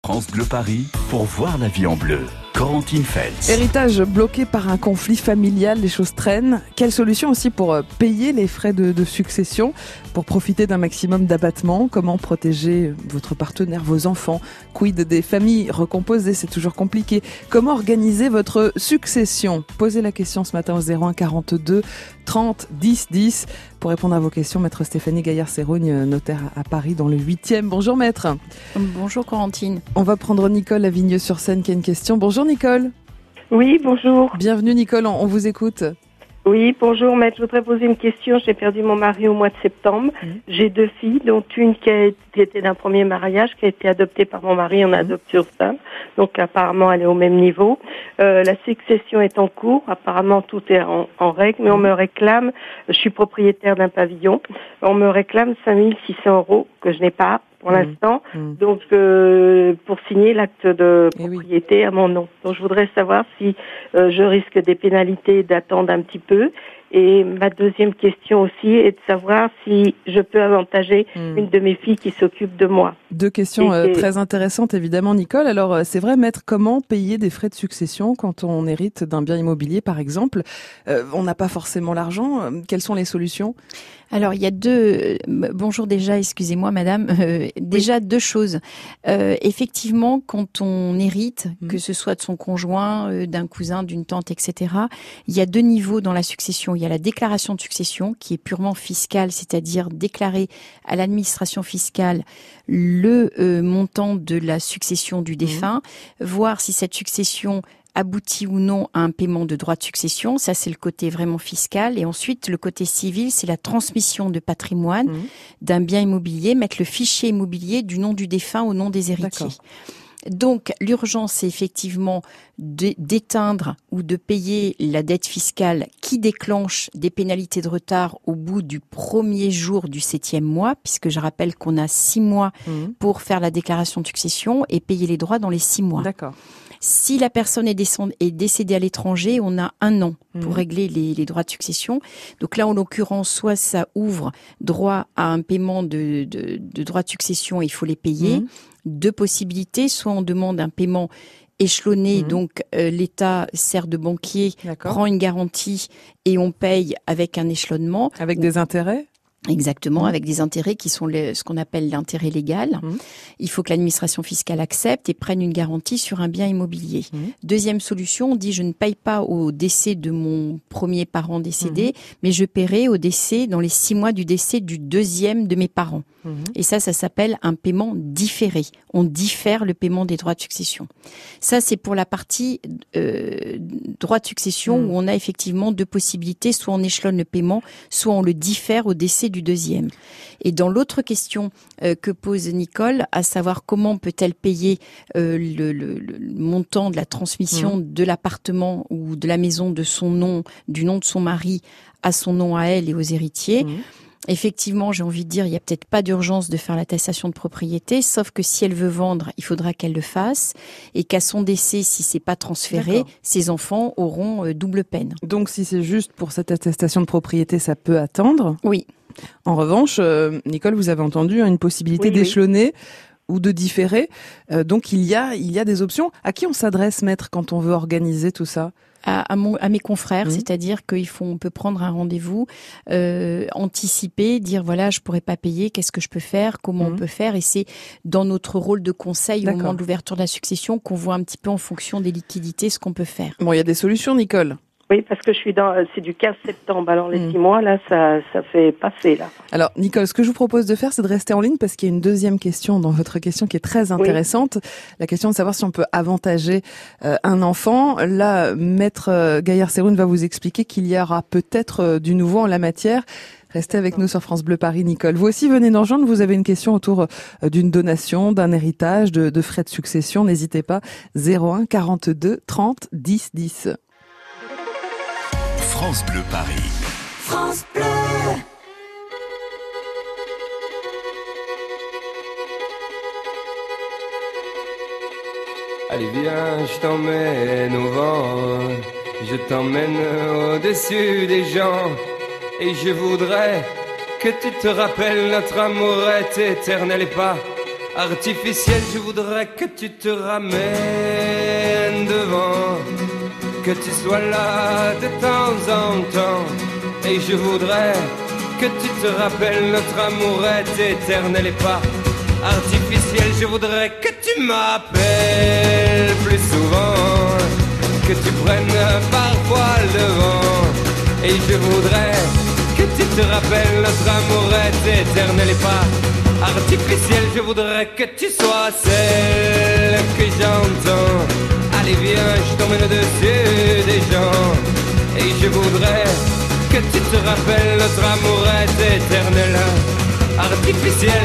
France Bleu Paris pour voir la vie en bleu. Corentine Feltz. Héritage bloqué par un conflit familial, les choses traînent. Quelle solution aussi pour payer les frais de succession, pour profiter d'un maximum d'abattement? Comment protéger votre partenaire, vos enfants? Quid des familles recomposées? C'est toujours compliqué. Comment organiser votre succession? Posez la question ce matin au 01 42 30 10 10. Pour répondre à vos questions, maître Stéphanie Gaillard-Sérougne, notaire à Paris dans le 8e. Bonjour maître. Bonjour Corentine. On va prendre Nicole à Vigneux-sur-Seine qui a une question. Bonjour Nicole. Oui, bonjour. Bienvenue Nicole, on vous écoute. Oui, bonjour maître, je voudrais poser une question. J'ai perdu mon mari au mois de septembre. J'ai 2 filles, dont une qui était d'un premier mariage, qui a été adoptée par mon mari en adoption simple. Donc apparemment elle est au même niveau. La succession est en cours, apparemment tout est en règle, mais on me réclame, je suis propriétaire d'un pavillon, on me réclame 5 600 € que je n'ai pas pour l'instant, donc pour signer l'acte de propriété à mon nom. Donc je voudrais savoir si je risque des pénalités d'attendre un petit peu. Et ma deuxième question aussi est de savoir si je peux avantager une de mes filles qui s'occupe de moi. 2 questions très intéressantes évidemment Nicole. Alors c'est vrai maître, comment payer des frais de succession quand on hérite d'un bien immobilier par exemple? On n'a pas forcément l'argent. Quelles sont les solutions? Alors il y a bonjour déjà, excusez-moi madame, déjà 2 choses. Effectivement, quand on hérite, que ce soit de son conjoint, d'un cousin, d'une tante, etc., il y a 2 niveaux dans la succession. Il y a la déclaration de succession qui est purement fiscale, c'est-à-dire déclarer à l'administration fiscale le montant de la succession du défunt, voir si cette succession aboutit ou non à un paiement de droits de succession. Ça, c'est le côté vraiment fiscal. Et ensuite, le côté civil, c'est la transmission de patrimoine d'un bien immobilier, mettre le fichier immobilier du nom du défunt au nom des héritiers. D'accord. Donc, l'urgence, c'est effectivement d'éteindre ou de payer la dette fiscale qui déclenche des pénalités de retard au bout du premier jour du 7e mois, puisque je rappelle qu'on a 6 mois pour faire la déclaration de succession et payer les droits dans les 6 mois. D'accord. Si la personne est décédée à l'étranger, on a 1 an pour régler les droits de succession. Donc là, en l'occurrence, soit ça ouvre droit à un paiement de droits de succession et il faut les payer. 2 possibilités, soit on demande un paiement échelonné, donc l'État sert de banquier, prend une garantie et on paye avec un échelonnement. Avec des intérêts ? Exactement, avec des intérêts qui sont ce qu'on appelle l'intérêt légal. Il faut que l'administration fiscale accepte et prenne une garantie sur un bien immobilier. Deuxième solution, on dit je ne paye pas au décès de mon premier parent décédé, mais je paierai au décès dans les 6 mois du décès du deuxième de mes parents. Et ça s'appelle un paiement différé. On diffère le paiement des droits de succession. Ça, c'est pour la partie droits de succession où on a effectivement 2 possibilités. Soit on échelonne le paiement, soit on le diffère au décès du deuxième. Et dans l'autre question que pose Nicole, à savoir comment peut-elle payer le montant de la transmission de l'appartement ou de la maison de son nom, du nom de son mari à son nom à elle et aux héritiers. Effectivement, j'ai envie de dire, il n'y a peut-être pas d'urgence de faire l'attestation de propriété, sauf que si elle veut vendre, il faudra qu'elle le fasse et qu'à son décès, si c'est pas transféré, ses enfants auront double peine. Donc si c'est juste pour cette attestation de propriété, ça peut attendre? Oui. En revanche, Nicole, vous avez entendu une possibilité d'échelonner ou de différer. Donc il y a des options. À qui on s'adresse, maître, quand on veut organiser tout ça? À mes confrères, c'est-à-dire on peut prendre un rendez-vous, anticiper, dire voilà, je pourrais pas payer, qu'est-ce que je peux faire, comment on peut faire, et c'est dans notre rôle de conseil au moment de l'ouverture de la succession qu'on voit un petit peu en fonction des liquidités ce qu'on peut faire. Bon, il y a des solutions, Nicole. Oui, parce que c'est du 15 septembre. Alors les 6 mois, là, ça fait passer, là. Alors, Nicole, ce que je vous propose de faire, c'est de rester en ligne parce qu'il y a une deuxième question dans votre question qui est très intéressante. La question de savoir si on peut avantager un enfant. Là, maître Gaillard-Sérougne va vous expliquer qu'il y aura peut-être du nouveau en la matière. Restez avec nous sur France Bleu Paris, Nicole. Vous aussi, venez nous rejoindre. Vous avez une question autour d'une donation, d'un héritage, de frais de succession. N'hésitez pas. 01 42 30 10 10. France Bleu Paris. France Bleu. Allez viens, je t'emmène au vent, je t'emmène au-dessus des gens, et je voudrais que tu te rappelles notre amour est éternel et pas artificiel, je voudrais que tu te ramènes devant, que tu sois là de temps en temps. Et je voudrais que tu te rappelles, notre amour est éternel et pas artificiel. Je voudrais que tu m'appelles plus souvent, que tu prennes parfois le vent. Et je voudrais que tu te rappelles, notre amour est éternel et pas artificiel. Je voudrais que tu sois celle que j'entends. Allez viens, je t'emmène au-dessus des gens. Et je voudrais que tu te rappelles, notre amour est éternel, artificiel.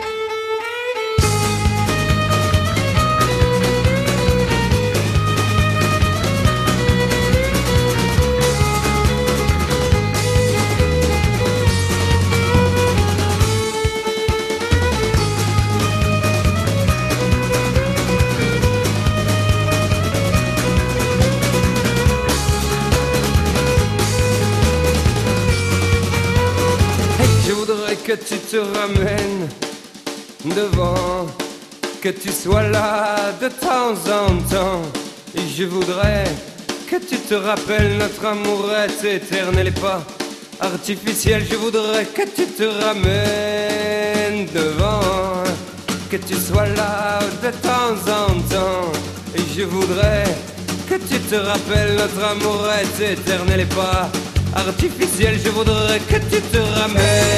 Que tu te ramènes devant, que tu sois là de temps en temps. Et je voudrais que tu te rappelles, notre amour est éternel et pas artificiel. Je voudrais que tu te ramènes devant, que tu sois là de temps en temps. Et je voudrais que tu te rappelles, notre amour est éternel et pas artificiel. Je voudrais que tu te ramènes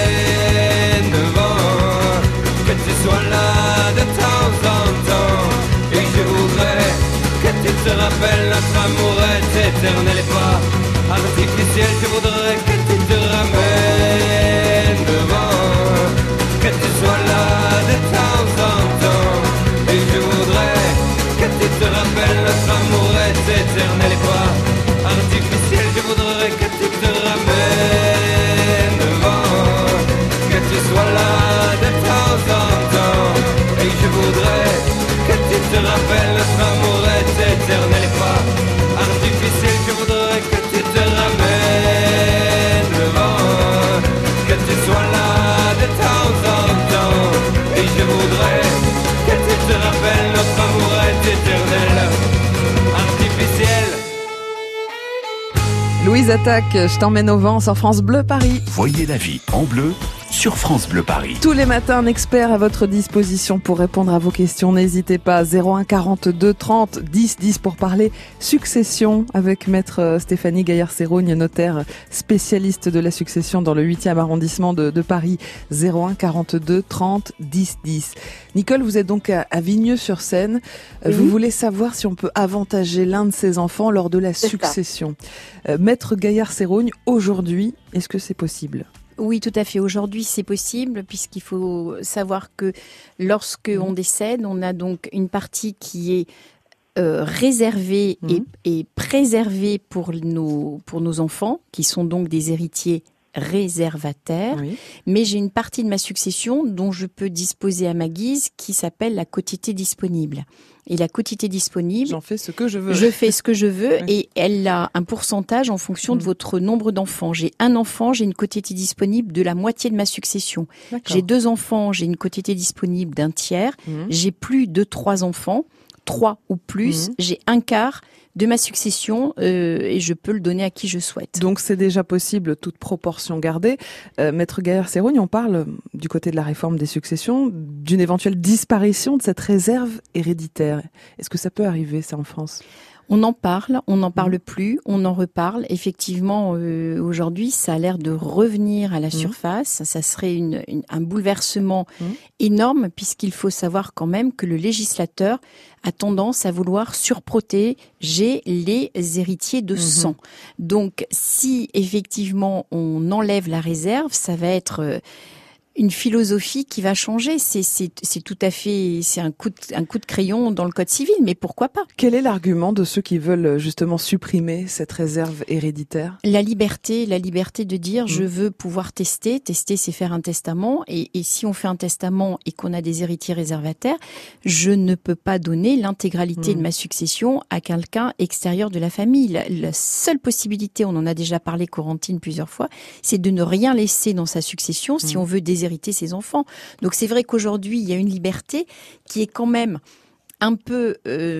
devant, que tu sois là de temps en temps. Et je voudrais que tu te rappelles, notre amour est éternel et pas artificiel. Je voudrais que tu te ramènes devant, que tu sois là de temps en temps. Et je voudrais que tu te rappelles, notre amour est éternel et pas artificiel. Je voudrais que tu te ramènes devant, que tu sois là de temps en temps. Et je voudrais que tu te rappelles, notre amour est éternel et pas artificiel. Je voudrais que tu te ramènes devant, que tu sois là de temps en temps. Et je voudrais que tu te rappelles, notre amour est éternel, artificiel. Louise Attaque, je t'emmène au vent sur France Bleu Paris. Voyez la vie en bleu sur France Bleu Paris. Tous les matins, un expert à votre disposition pour répondre à vos questions. N'hésitez pas, 01 42 30 10 10 pour parler succession avec maître Stéphanie Gaillard-Sérogne, notaire spécialiste de la succession dans le 8e arrondissement de Paris. 01 42 30 10 10. Nicole, vous êtes donc à Vigneux-sur-Seine. Oui. Vous voulez savoir si on peut avantager l'un de ses enfants lors de la succession. Maître Gaillard-Sérogne, aujourd'hui, est-ce que c'est possible ? Oui, tout à fait. Aujourd'hui, c'est possible puisqu'il faut savoir que lorsque on décède, on a donc une partie qui est réservée et préservée pour nos enfants, qui sont donc des héritiers réservataire, mais j'ai une partie de ma succession dont je peux disposer à ma guise qui s'appelle la quotité disponible. Et la quotité disponible... J'en fais ce que je veux. Je fais ce que je veux et elle a un pourcentage en fonction de votre nombre d'enfants. J'ai un enfant, j'ai une quotité disponible de la moitié de ma succession. J'ai 2 enfants, j'ai une quotité disponible d'un tiers. J'ai plus de 3 enfants, 3 ou plus, j'ai un quart de ma succession et je peux le donner à qui je souhaite. Donc c'est déjà possible, toute proportion gardée. Maître Gaillard-Sérogne, on parle du côté de la réforme des successions d'une éventuelle disparition de cette réserve héréditaire. Est-ce que ça peut arriver, ça, en France ? On n'en parle plus, on en reparle. Effectivement, aujourd'hui, ça a l'air de revenir à la surface. Ça serait un bouleversement énorme, puisqu'il faut savoir quand même que le législateur a tendance à vouloir surprotéger les héritiers de sang. Donc, si effectivement on enlève la réserve, ça va être... une philosophie qui va changer. C'est tout à fait, c'est un coup de crayon dans le code civil, mais pourquoi pas? Quel est l'argument de ceux qui veulent justement supprimer cette réserve héréditaire? La liberté de dire je veux pouvoir tester. Tester, c'est faire un testament, et si on fait un testament et qu'on a des héritiers réservataires, je ne peux pas donner l'intégralité de ma succession à quelqu'un extérieur de la famille. La seule possibilité, on en a déjà parlé, Corentine, plusieurs fois, c'est de ne rien laisser dans sa succession si on veut des déshériter ses enfants. Donc c'est vrai qu'aujourd'hui, il y a une liberté qui est quand même un peu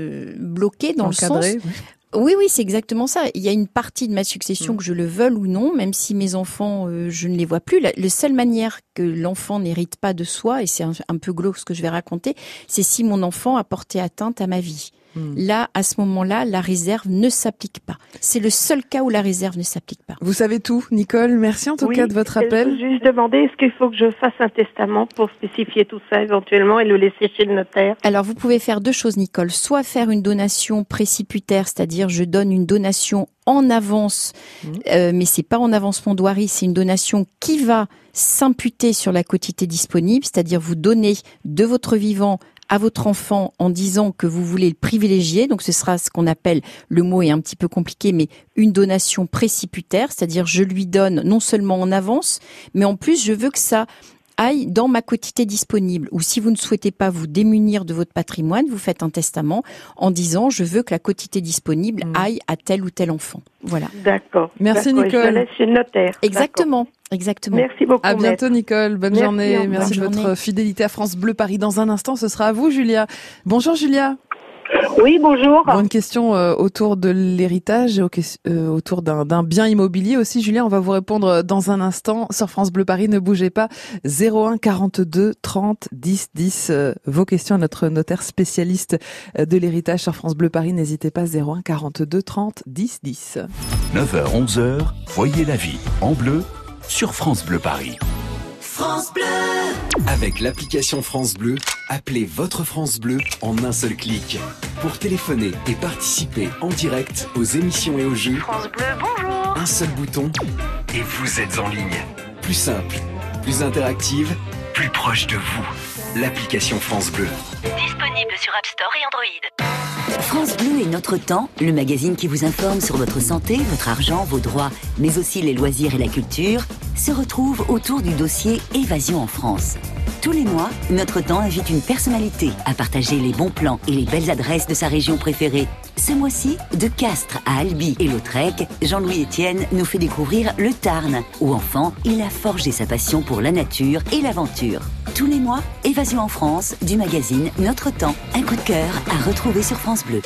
bloquée dans encadrée, le sens... Oui, c'est exactement ça. Il y a une partie de ma succession que je le veuille ou non, même si mes enfants, je ne les vois plus. La seule manière que l'enfant n'hérite pas de soi, et c'est un peu glauque ce que je vais raconter, c'est si mon enfant a porté atteinte à ma vie. Là, à ce moment-là, la réserve ne s'applique pas. C'est le seul cas où la réserve ne s'applique pas. Vous savez tout, Nicole. Merci en tout cas de votre appel. Je veux juste demander, est-ce qu'il faut que je fasse un testament pour spécifier tout ça éventuellement et le laisser chez le notaire? Alors, vous pouvez faire deux choses, Nicole. Soit faire une donation précipitaire, c'est-à-dire je donne une donation en avance, mais c'est pas en avancement douari, c'est une donation qui va s'imputer sur la quotité disponible, c'est-à-dire vous donnez de votre vivant à votre enfant en disant que vous voulez le privilégier. Donc ce sera ce qu'on appelle, le mot est un petit peu compliqué, mais une donation précipitaire, c'est-à-dire je lui donne non seulement en avance, mais en plus je veux que ça aille dans ma quotité disponible. Ou si vous ne souhaitez pas vous démunir de votre patrimoine, vous faites un testament en disant je veux que la quotité disponible aille à tel ou tel enfant. Voilà. D'accord. Merci Nicole. Je la laisse chez le notaire. Exactement. Exactement. Merci beaucoup. À bientôt Nicole. Bonne journée. Merci de votre fidélité à France Bleu Paris. Dans un instant, ce sera à vous Julia. Bonjour Julia. Oui, bonjour. Bon, une question autour de l'héritage, autour d'un bien immobilier aussi. Julien, on va vous répondre dans un instant sur France Bleu Paris. Ne bougez pas. 01 42 30 10 10. Vos questions à notre notaire spécialiste de l'héritage sur France Bleu Paris. N'hésitez pas. 01 42 30 10 10. 9h, 11h, voyez la vie en bleu sur France Bleu Paris. France Bleu. Avec l'application France Bleu, appelez votre France Bleu en un seul clic. Pour téléphoner et participer en direct aux émissions et aux jeux, France Bleu, bonjour. Un seul bouton et vous êtes en ligne. Plus simple, plus interactive, plus proche de vous. L'application France Bleu. Disponible sur App Store et Android. France Bleu est notre temps, le magazine qui vous informe sur votre santé, votre argent, vos droits, mais aussi les loisirs et la culture, se retrouve autour du dossier Évasion en France. Tous les mois, notre temps invite une personnalité à partager les bons plans et les belles adresses de sa région préférée. Ce mois-ci, de Castres à Albi et Lautrec, Jean-Louis Etienne nous fait découvrir le Tarn, où enfant, il a forgé sa passion pour la nature et l'aventure. Tous les mois, Évasion en France, du magazine Notre Temps. Un coup de cœur à retrouver sur France Bleu.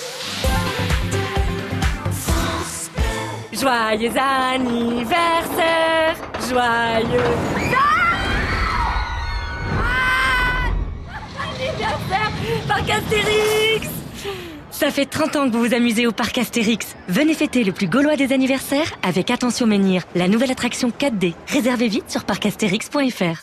Joyeux anniversaire, joyeux anniversaire, Parc Astérix. Ça fait 30 ans que vous vous amusez au Parc Astérix. Venez fêter le plus gaulois des anniversaires avec Attention Menhir, la nouvelle attraction 4D. Réservez vite sur parcastérix.fr.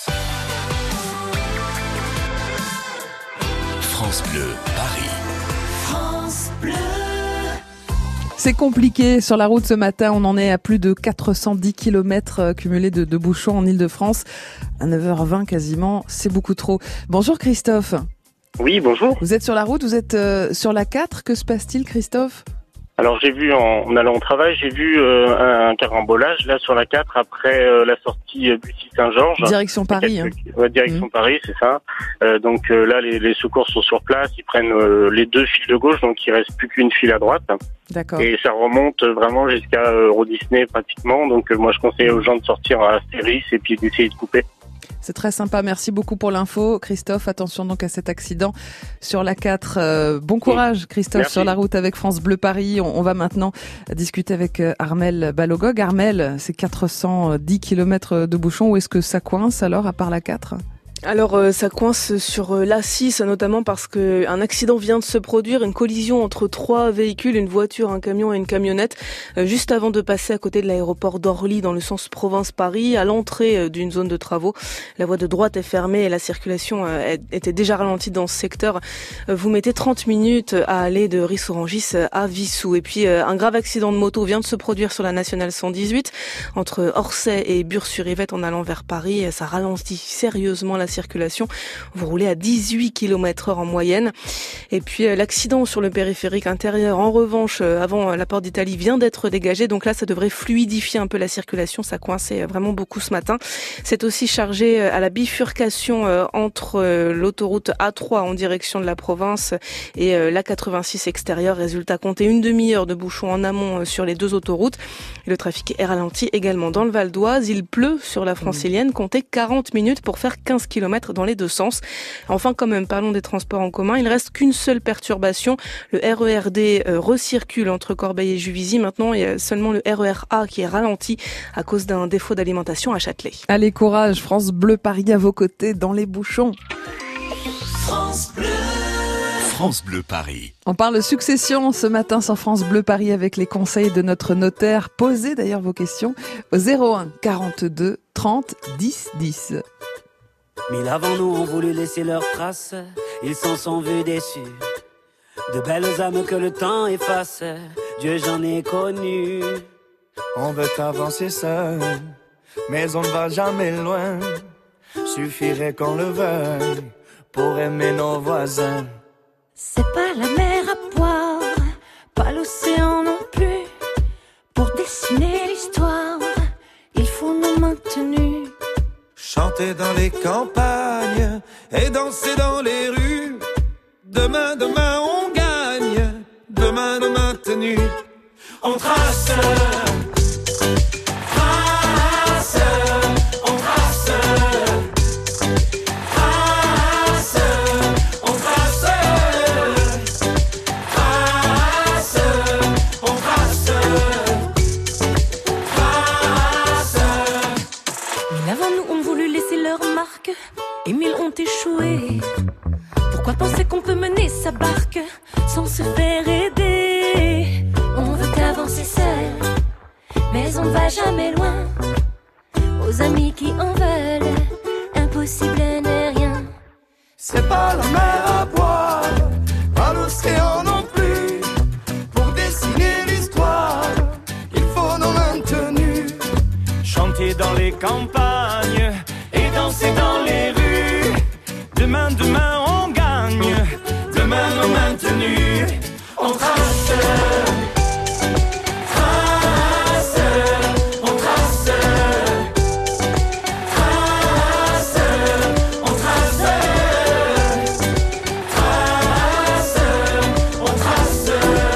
France Bleu, Paris. France Bleu. C'est compliqué sur la route ce matin. On en est à plus de 410 km cumulés de bouchons en Ile-de-France. À 9h20 quasiment, c'est beaucoup trop. Bonjour Christophe. Oui, bonjour. Vous êtes sur la route, vous êtes sur la 4. Que se passe-t-il Christophe ? Alors j'ai vu, en allant au travail, j'ai vu un carambolage là sur la 4 après la sortie Bussy-Saint-Georges. Direction Paris. Direction Paris, c'est ça. Donc là, les secours sont sur place, ils prennent les deux files de gauche, donc il reste plus qu'une file à droite. D'accord. Et ça remonte vraiment jusqu'à Euro Disney pratiquement. Donc moi je conseille aux gens de sortir à Astérix et puis d'essayer de couper. C'est très sympa, merci beaucoup pour l'info. Christophe, attention donc à cet accident sur la 4. Bon courage Christophe. Merci. Sur la route avec France Bleu Paris. On va maintenant discuter avec Armel Balogog. Armel, c'est 410 km de bouchons. Où est-ce que ça coince alors à part la 4 ? Alors ça coince sur l'A6 notamment parce que un accident vient de se produire, une collision entre 3 véhicules, une voiture, un camion et une camionnette, juste avant de passer à côté de l'aéroport d'Orly dans le sens province-Paris, à l'entrée d'une zone de travaux. La voie de droite est fermée et la circulation était déjà ralentie dans ce secteur. Vous mettez 30 minutes à aller de Ris-Orangis à Vissou. Et puis un grave accident de moto vient de se produire sur la nationale 118 entre Orsay et Bure-sur-Yvette en allant vers Paris. Ça ralentit sérieusement la circulation. Vous roulez à 18 km/h en moyenne. Et puis l'accident sur le périphérique intérieur, en revanche, avant la porte d'Italie, vient d'être dégagé. Donc là, ça devrait fluidifier un peu la circulation. Ça coinçait vraiment beaucoup ce matin. C'est aussi chargé à la bifurcation entre l'autoroute A3 en direction de la province et l'A86 extérieur. Résultat, comptez une demi-heure de bouchons en amont sur les deux autoroutes. Et le trafic est ralenti également dans le Val d'Oise. Il pleut sur la francilienne. Comptez 40 minutes pour faire 15 km dans les deux sens. Enfin, quand même, parlons des transports en commun. Il reste qu'une seule perturbation. Le RERD recircule entre Corbeil et Juvisy. Maintenant, il y a seulement le RER A qui est ralenti à cause d'un défaut d'alimentation à Châtelet. Allez, courage, France Bleu Paris à vos côtés dans les bouchons. France Bleu. France Bleu Paris. On parle succession ce matin sur France Bleu Paris avec les conseils de notre notaire. Posez d'ailleurs vos questions au 01 42 30 10 10. Mille avant nous ont voulu laisser leurs traces, ils s'en sont vus déçus. De belles âmes que le temps efface, Dieu j'en ai connu. On veut avancer seul, mais on ne va jamais loin. Suffirait qu'on le veuille pour aimer nos voisins. C'est pas la mer à boire, pas l'océan non plus. Pour dessiner l'histoire, il faut nos mains tenues. Chanter dans les campagnes et danser dans les rues. Demain, demain on gagne, demain nos mains tenues. On trace. Et mille ont échoué. Pourquoi penser qu'on peut mener sa barque sans se faire aider? On veut avancer seul, mais on ne va jamais loin. Aux amis qui en veulent, impossible n'est rien. C'est pas la mer à boire, pas l'océan non plus. Pour dessiner l'histoire, il faut nos mains tenues. Chanter dans les campagnes et danser dans les rues. Demain, demain on gagne, demain nos mains tenues. On trace, trace, on trace, trace, on trace, trace, on trace,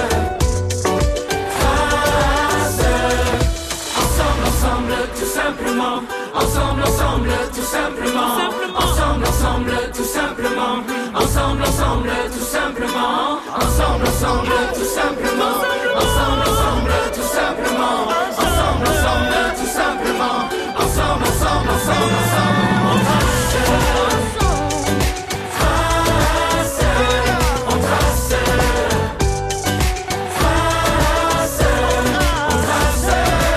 trace. Ensemble, ensemble, tout simplement. Ensemble, ensemble, tout simplement. Ensemble, ensemble, tout simplement. Ensemble, ensemble, tout simplement. Ensemble, ensemble, tout simplement. Ensemble, ensemble, tout simplement. Ensemble, ensemble, tout simplement. Ensemble, ensemble, ensemble, ensemble. On trace, trace, on trace, trace, on trace.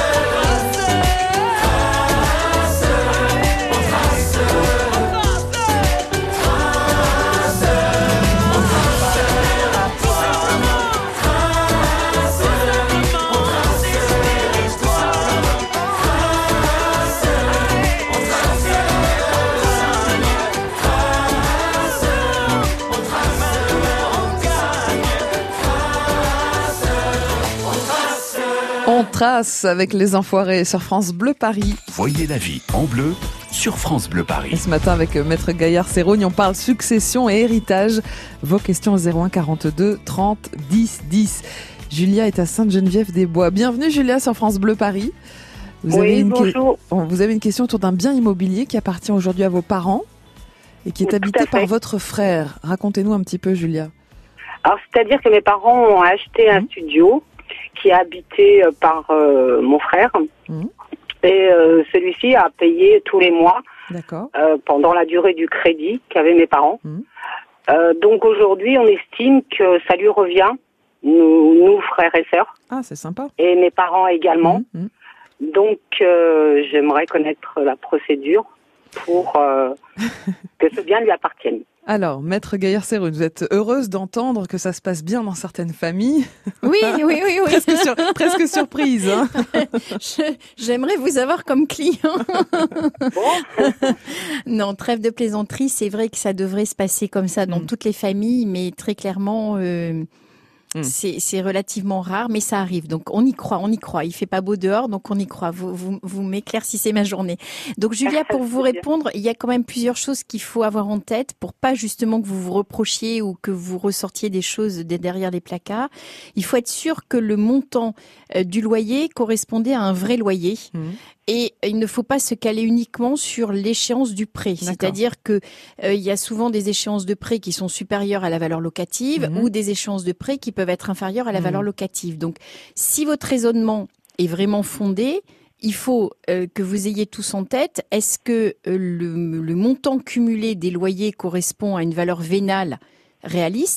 On trace avec les enfoirés sur France Bleu Paris. Voyez la vie en bleu sur France Bleu Paris. Et ce matin avec Maître Gaillard-Sérogne, on parle succession et héritage. Vos questions au 01 42 30 10 10. Julia est à Sainte-Geneviève-des-Bois. Bienvenue Julia sur France Bleu Paris. Bonjour. Vous avez une question autour d'un bien immobilier qui appartient aujourd'hui à vos parents et qui est habité par votre frère. Racontez-nous un petit peu Julia. Alors c'est-à-dire que mes parents ont acheté un studio qui est habité par mon frère. Et celui-ci a payé tous les mois pendant la durée du crédit qu'avaient mes parents. Donc aujourd'hui, on estime que ça lui revient, nous frères et sœurs. Ah, c'est sympa. Et mes parents également. Donc j'aimerais connaître la procédure pour que ce bien lui appartienne. Alors, Maître Gaillard-Sérune, vous êtes heureuse d'entendre que ça se passe bien dans certaines familles. Oui. presque surprise. Hein. J'aimerais vous avoir comme client. Non, trêve de plaisanterie, c'est vrai que ça devrait se passer comme ça dans toutes les familles, mais très clairement... C'est relativement rare, mais ça arrive. Donc on y croit. Il fait pas beau dehors, donc on y croit. Vous m'éclaircissez ma journée. Donc Julia, pour vous répondre, il y a quand même plusieurs choses qu'il faut avoir en tête pour pas justement que vous vous reprochiez ou que vous ressortiez des choses derrière les placards. Il faut être sûr que le montant du loyer correspondait à un vrai loyer. Et il ne faut pas se caler uniquement sur l'échéance du prêt. D'accord. C'est-à-dire que il y a souvent des échéances de prêt qui sont supérieures à la valeur locative ou des échéances de prêt qui peuvent être inférieures à la valeur locative. Donc, si votre raisonnement est vraiment fondé, il faut que vous ayez tous en tête, est-ce que le montant cumulé des loyers correspond à une valeur vénale réaliste ?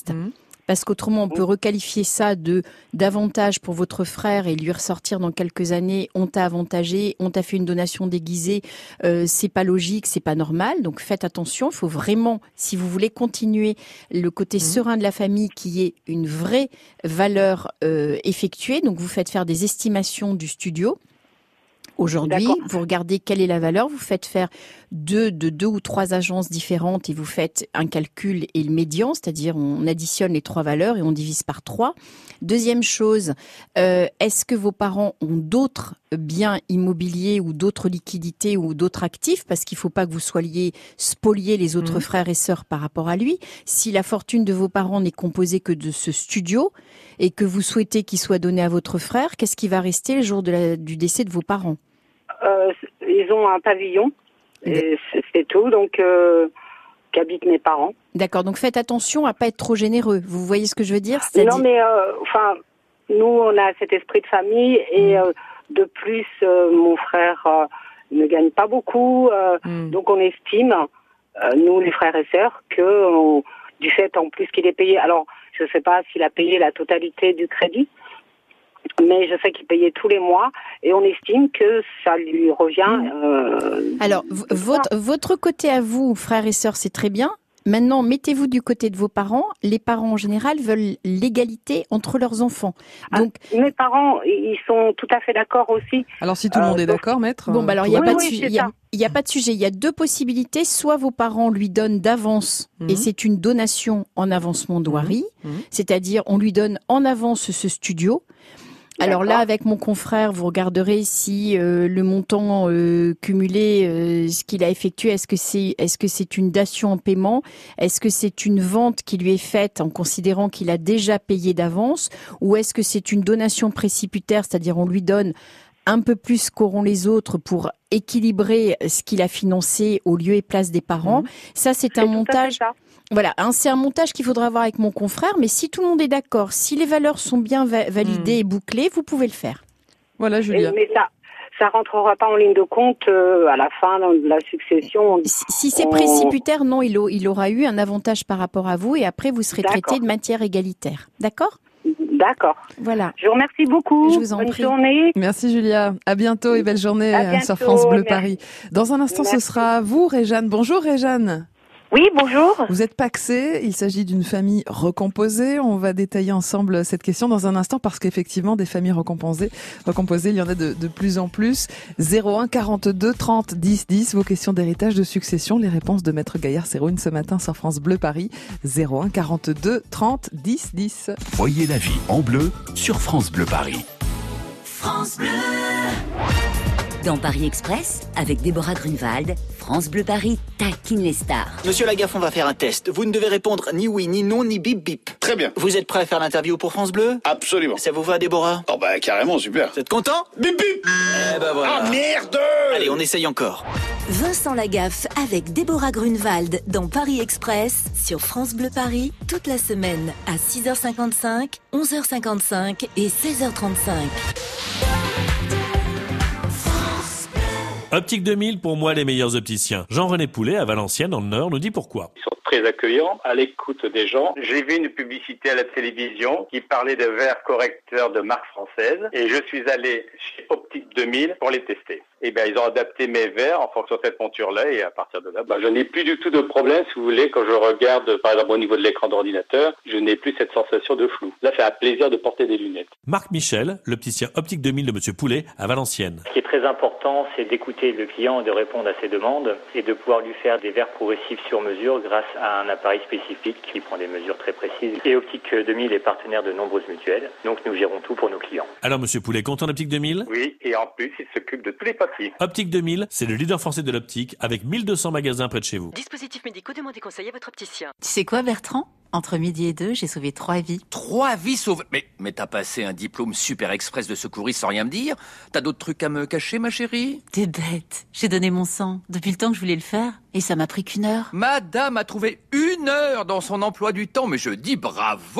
Parce qu'autrement, on peut requalifier ça d'avantage pour votre frère et lui ressortir dans quelques années, on t'a avantagé, on t'a fait une donation déguisée, c'est pas logique, c'est pas normal. Donc faites attention, il faut vraiment, si vous voulez continuer le côté serein de la famille qui est une vraie valeur effectuée, donc vous faites faire des estimations du studio. Aujourd'hui, vous regardez quelle est la valeur, vous faites faire deux ou trois agences différentes et vous faites un calcul et le médian, c'est-à-dire on additionne les trois valeurs et on divise par 3. Deuxième chose, est-ce que vos parents ont d'autres biens immobiliers ou d'autres liquidités ou d'autres actifs? Parce qu'il ne faut pas que vous soyez spolier les autres frères et sœurs par rapport à lui. Si la fortune de vos parents n'est composée que de ce studio et que vous souhaitez qu'il soit donné à votre frère, qu'est-ce qui va rester le jour du décès de vos parents? Ils ont un pavillon, et c'est tout, donc qu'habitent mes parents. D'accord, donc faites attention à pas être trop généreux. Vous voyez ce que je veux dire? Non, mais nous, on a cet esprit de famille et de plus, mon frère ne gagne pas beaucoup, donc on estime, nous, les frères et sœurs, que du fait en plus qu'il est payé. Alors, je ne sais pas s'il a payé la totalité du crédit, mais je sais qu'il payait tous les mois et on estime que ça lui revient. Alors, votre côté à vous, frères et sœurs, c'est très bien. Maintenant, mettez-vous du côté de vos parents. Les parents, en général, veulent l'égalité entre leurs enfants. Donc, mes parents, ils sont tout à fait d'accord aussi. Alors, si tout le monde est d'accord, maître. Bon, alors, il n'y a pas de sujet. Il n'y a pas de sujet. Il y a deux possibilités. Soit vos parents lui donnent d'avance, et c'est une donation en avancement d'Ouari, c'est-à-dire on lui donne en avance ce studio. Alors là, avec mon confrère, vous regarderez si le montant cumulé, ce qu'il a effectué, est-ce que c'est une dation en paiement, est-ce que c'est une vente qui lui est faite en considérant qu'il a déjà payé d'avance, ou est-ce que c'est une donation précipitaire, c'est-à-dire on lui donne un peu plus qu'auront les autres pour équilibrer ce qu'il a financé au lieu et place des parents. Ça, c'est un montage. Voilà, c'est un montage qu'il faudra voir avec mon confrère, mais si tout le monde est d'accord, si les valeurs sont bien validées et bouclées, vous pouvez le faire. Voilà, Julia. Mais ça rentrera pas en ligne de compte à la fin de la succession. Si c'est précipitaire, non, il aura eu un avantage par rapport à vous et après vous serez traité de matière égalitaire. D'accord ? D'accord. Voilà. Je vous remercie beaucoup. Je vous en prie. Bonne journée. Merci Julia. À bientôt et belle journée sur France Bleu Paris. Dans un instant, ce sera vous, Réjeanne. Bonjour, Réjeanne. Oui, bonjour. Vous êtes pacsée, il s'agit d'une famille recomposée. On va détailler ensemble cette question dans un instant parce qu'effectivement, des familles recomposées, il y en a de plus en plus. 01 42 30 10 10, vos questions d'héritage, de succession, les réponses de Maître Gaillard-Sérune ce matin sur France Bleu Paris. 01 42 30 10 10. Voyez la vie en bleu sur France Bleu Paris. France Bleu. Dans Paris Express, avec Déborah Grunewald, France Bleu Paris taquine les stars. Monsieur Lagaffe, on va faire un test. Vous ne devez répondre ni oui, ni non, ni bip bip. Très bien. Vous êtes prêt à faire l'interview pour France Bleu? Absolument. Ça vous va, Déborah? Oh bah carrément, super. Vous êtes content? Bip bip. Eh ben voilà. Ah merde! Allez, on essaye encore. Vincent Lagaffe avec Déborah Grunewald dans Paris Express sur France Bleu Paris toute la semaine à 6h55, 11h55 et 16h35. Optique 2000, pour moi, les meilleurs opticiens. Jean-René Poulet, à Valenciennes, dans le Nord, nous dit pourquoi. Ils sont très accueillants, à l'écoute des gens. J'ai vu une publicité à la télévision qui parlait de verres correcteurs de marque française et je suis allé chez Optique 2000 pour les tester. Et ils ont adapté mes verres en fonction de cette monture-là, et à partir de là, je n'ai plus du tout de problème, si vous voulez, quand je regarde, par exemple, au niveau de l'écran d'ordinateur, je n'ai plus cette sensation de flou. Là, c'est un plaisir de porter des lunettes. Marc Michel, l'opticien Optique 2000 de Monsieur Poulet à Valenciennes. Ce qui est très important, c'est d'écouter le client et de répondre à ses demandes et de pouvoir lui faire des verres progressifs sur mesure grâce à un appareil spécifique qui prend des mesures très précises. Et Optique 2000 est partenaire de nombreuses mutuelles, donc nous gérons tout pour nos clients. Alors Monsieur Poulet, content d'Optique 2000 ? Oui, et en plus, il s'occupe de tous les papiers. Optique 2000, c'est le leader français de l'optique avec 1200 magasins près de chez vous. Dispositifs médicaux, demandez conseil à votre opticien. Tu sais quoi, Bertrand ? Entre midi et 2, j'ai sauvé 3 vies. 3 vies sauvées ? Mais t'as passé un diplôme super express de secouriste sans rien me dire ? T'as d'autres trucs à me cacher, ma chérie ? T'es bête. J'ai donné mon sang depuis le temps que je voulais le faire. Et ça m'a pris qu'1 heure. Madame a trouvé 1 heure dans son emploi du temps, mais je dis bravo !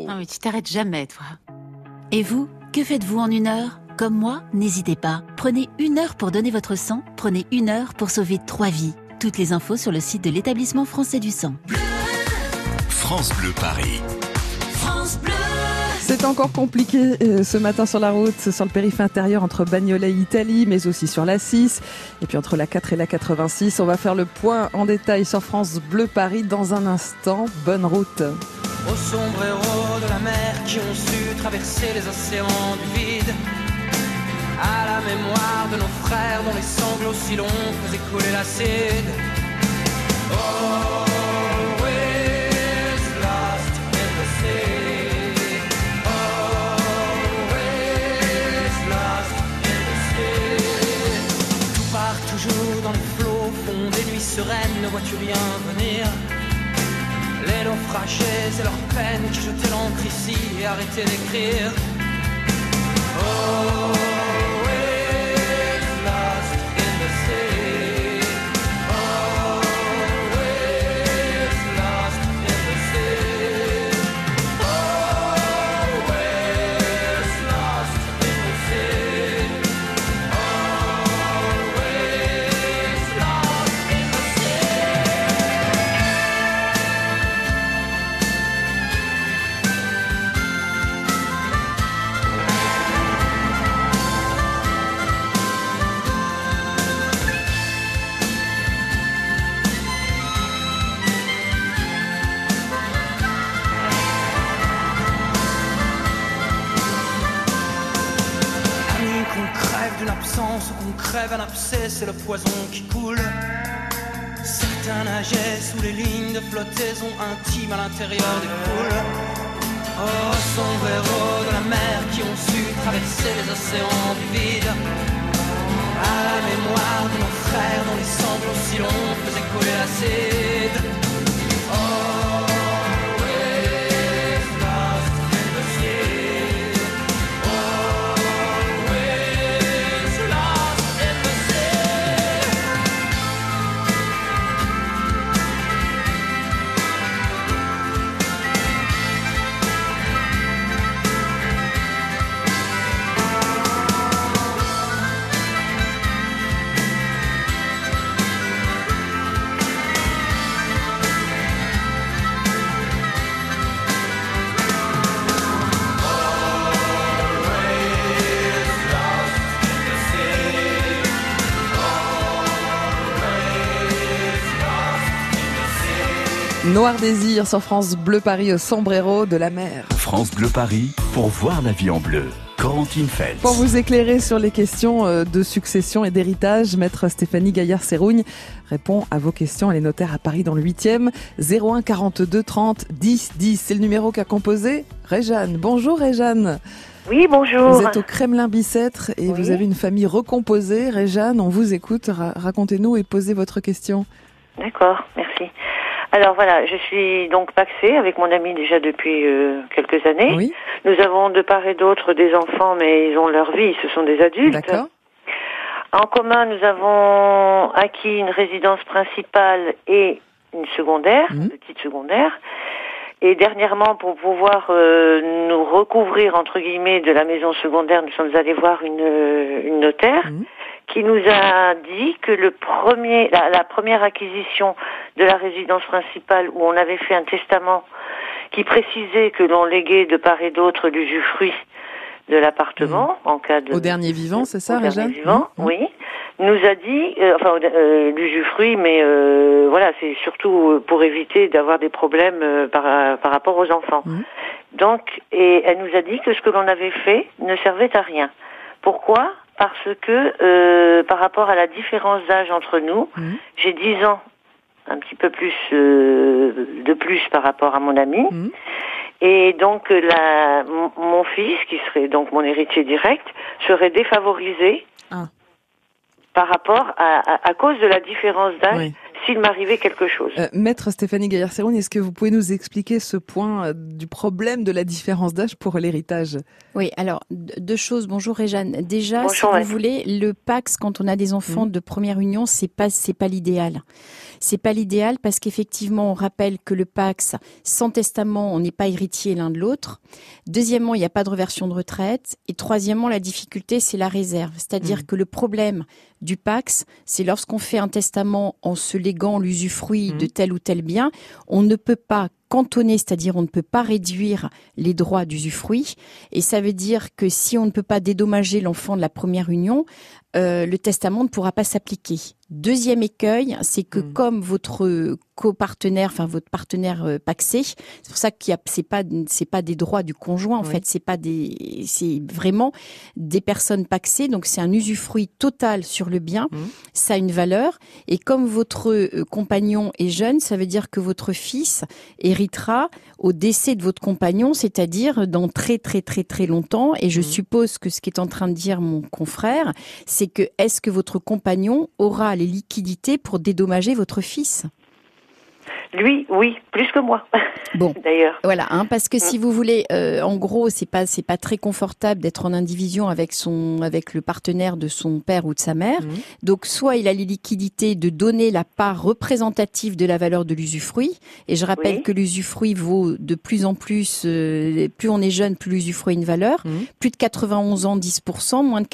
Non mais tu t'arrêtes jamais, toi. Et vous, que faites-vous en 1 heure ? Comme moi, n'hésitez pas. Prenez 1 heure pour donner votre sang. Prenez 1 heure pour sauver 3 vies. Toutes les infos sur le site de l'Établissement français du sang. France Bleu Paris. France Bleu. C'est encore compliqué ce matin sur la route, sur le périph' intérieur entre Bagnolet et Italie, mais aussi sur la 6, et puis entre la 4 et la 86. On va faire le point en détail sur France Bleu Paris dans un instant. Bonne route. Aux sombreros de la mer qui ont su traverser les océans du vide, à la mémoire de nos frères dont les sanglots si longs faisaient couler l'acide. Toujours dans le flot, fond des nuits sereines, ne vois-tu rien venir? Les naufragés et leurs peines qui jetaient l'encre ici et arrêtaient d'écrire. Always lost in the sea. Always lost in the sea. Always lost in the sea. Qu'on crève un abcès, c'est le poison qui coule. Certains nageaient sous les lignes de flottaison intime à l'intérieur des poules. Oh, sombreros de la mer qui ont su traverser les océans du vide, à la mémoire de nos frères dont les sanglots si longs faisaient couler l'acide. Noir Désir sur France Bleu Paris au sombrero de la mer. France Bleu Paris, pour voir la vie en bleu. Corentine Feltz. Pour vous éclairer sur les questions de succession et d'héritage, maître Stéphanie Gaillard-Sérougne répond à vos questions. Elle est notaire à Paris dans le 8e. 01 42 30 10 10. C'est le numéro qu'a composé Réjeanne. Bonjour Réjeanne. Oui, bonjour. Vous êtes au Kremlin-Bicêtre et vous avez une famille recomposée. Réjeanne, on vous écoute. Racontez-nous et posez votre question. D'accord, merci. Alors voilà, je suis donc paxée avec mon ami déjà depuis quelques années. Oui. Nous avons de part et d'autre des enfants, mais ils ont leur vie, ce sont des adultes. D'accord. En commun, nous avons acquis une résidence principale et une secondaire, une petite secondaire. Et dernièrement, pour pouvoir nous recouvrir, entre guillemets, de la maison secondaire, nous sommes allés voir une notaire qui nous a dit que la première acquisition de la résidence principale, où on avait fait un testament qui précisait que l'on léguait de part et d'autre l'usufruit de l'appartement en cas de... Au dernier vivant, c'est ça, Réjeanne ? Au dernier vivant, oui. nous a dit, l'usufruit, mais voilà, c'est surtout pour éviter d'avoir des problèmes par rapport aux enfants. Donc, et elle nous a dit que ce que l'on avait fait ne servait à rien. Pourquoi ? Parce que par rapport à la différence d'âge entre nous, j'ai 10 ans, un petit peu plus de plus par rapport à mon ami. Et donc mon fils, qui serait donc mon héritier direct, serait défavorisé par rapport à cause de la différence d'âge. S'il m'arrivait quelque chose. Maître Stéphanie Gaillard-Séroune, est-ce que vous pouvez nous expliquer ce point du problème de la différence d'âge pour l'héritage ? Oui, alors, 2 choses. Bonjour Réjeanne. Déjà, si vous voulez, le PACS, quand on a des enfants de première union, c'est pas l'idéal. C'est pas l'idéal parce qu'effectivement, on rappelle que le PACS, sans testament, on n'est pas héritier l'un de l'autre. Deuxièmement, il n'y a pas de reversion de retraite. Et troisièmement, la difficulté, c'est la réserve. C'est-à-dire que le problème du PACS, c'est lorsqu'on fait un testament en se léguant l'usufruit de tel ou tel bien, on ne peut pas cantonner, c'est-à-dire on ne peut pas réduire les droits d'usufruit. Et ça veut dire que si on ne peut pas dédommager l'enfant de la première union, le testament ne pourra pas s'appliquer. Deuxième écueil, c'est que comme votre copartenaire, enfin votre partenaire pacsé, c'est pour ça qu'il y a, c'est pas des droits du conjoint en fait, c'est vraiment des personnes pacsées, donc c'est un usufruit total sur le bien, ça a une valeur. Et comme votre compagnon est jeune, ça veut dire que votre fils héritera au décès de votre compagnon, c'est-à-dire dans très très très très longtemps. Et je suppose que ce qu'est en train de dire mon confrère, c'est que est-ce que votre compagnon aura les liquidités pour dédommager votre fils ? Lui, oui, plus que moi. Bon, d'ailleurs. Voilà, parce que si vous voulez, en gros, c'est pas très confortable d'être en indivision avec le partenaire de son père ou de sa mère. Donc, soit il a les liquidités de donner la part représentative de la valeur de l'usufruit. Et je rappelle que l'usufruit vaut de plus en plus, plus on est jeune, plus l'usufruit a une valeur. Plus de 91 ans, 10%, moins de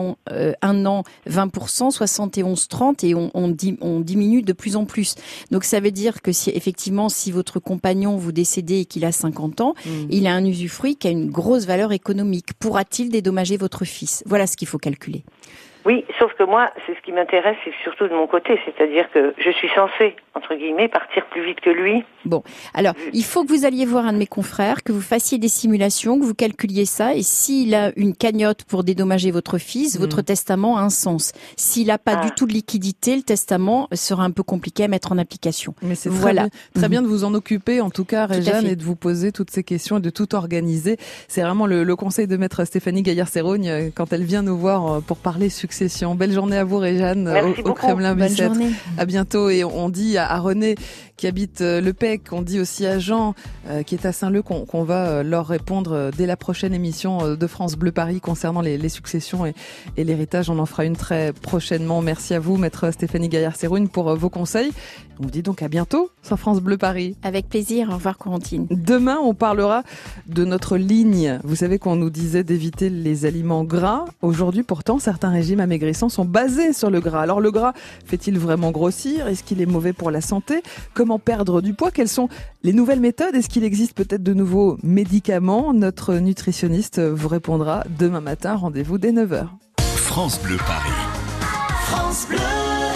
81 ans, 20%, 71, 30, et on diminue de plus en plus. Donc, ça veut dire que si votre compagnon vous décédez et qu'il a 50 ans, il a un usufruit qui a une grosse valeur économique. Pourra-t-il dédommager votre fils ? Voilà ce qu'il faut calculer. Oui, sauf que moi, c'est ce qui m'intéresse, c'est surtout de mon côté, c'est-à-dire que je suis censée, entre guillemets, partir plus vite que lui. Bon, alors, il faut que vous alliez voir un de mes confrères, que vous fassiez des simulations, que vous calculiez ça, et s'il a une cagnotte pour dédommager votre fils, votre testament a un sens. S'il n'a pas du tout de liquidité, le testament sera un peu compliqué à mettre en application. Mais c'est très bien de vous en occuper, en tout cas, Réjeanne, et de vous poser toutes ces questions et de tout organiser. C'est vraiment le conseil de maître Stéphanie Gaillard-Sérogne quand elle vient nous voir pour parler succession. Belle journée à vous, Réjeanne, au Kremlin Bicêtre. À bientôt. Et on dit à René qui habite le Pec, on dit aussi à Jean qui est à Saint-Leu qu'on va leur répondre dès la prochaine émission de France Bleu Paris concernant les successions et l'héritage. On en fera une très prochainement. Merci à vous, maître Stéphanie Gaillard-Séroune, pour vos conseils. On vous dit donc à bientôt sur France Bleu Paris. Avec plaisir. Au revoir, Corentine. Demain, on parlera de notre ligne. Vous savez qu'on nous disait d'éviter les aliments gras. Aujourd'hui, pourtant, certains régimes amaigrissants sont basés sur le gras. Alors, le gras fait-il vraiment grossir ? Est-ce qu'il est mauvais pour la santé ? Comment perdre du poids ? Quelles sont les nouvelles méthodes ? Est-ce qu'il existe peut-être de nouveaux médicaments ? Notre nutritionniste vous répondra demain matin. Rendez-vous dès 9h. France Bleu Paris. France Bleu.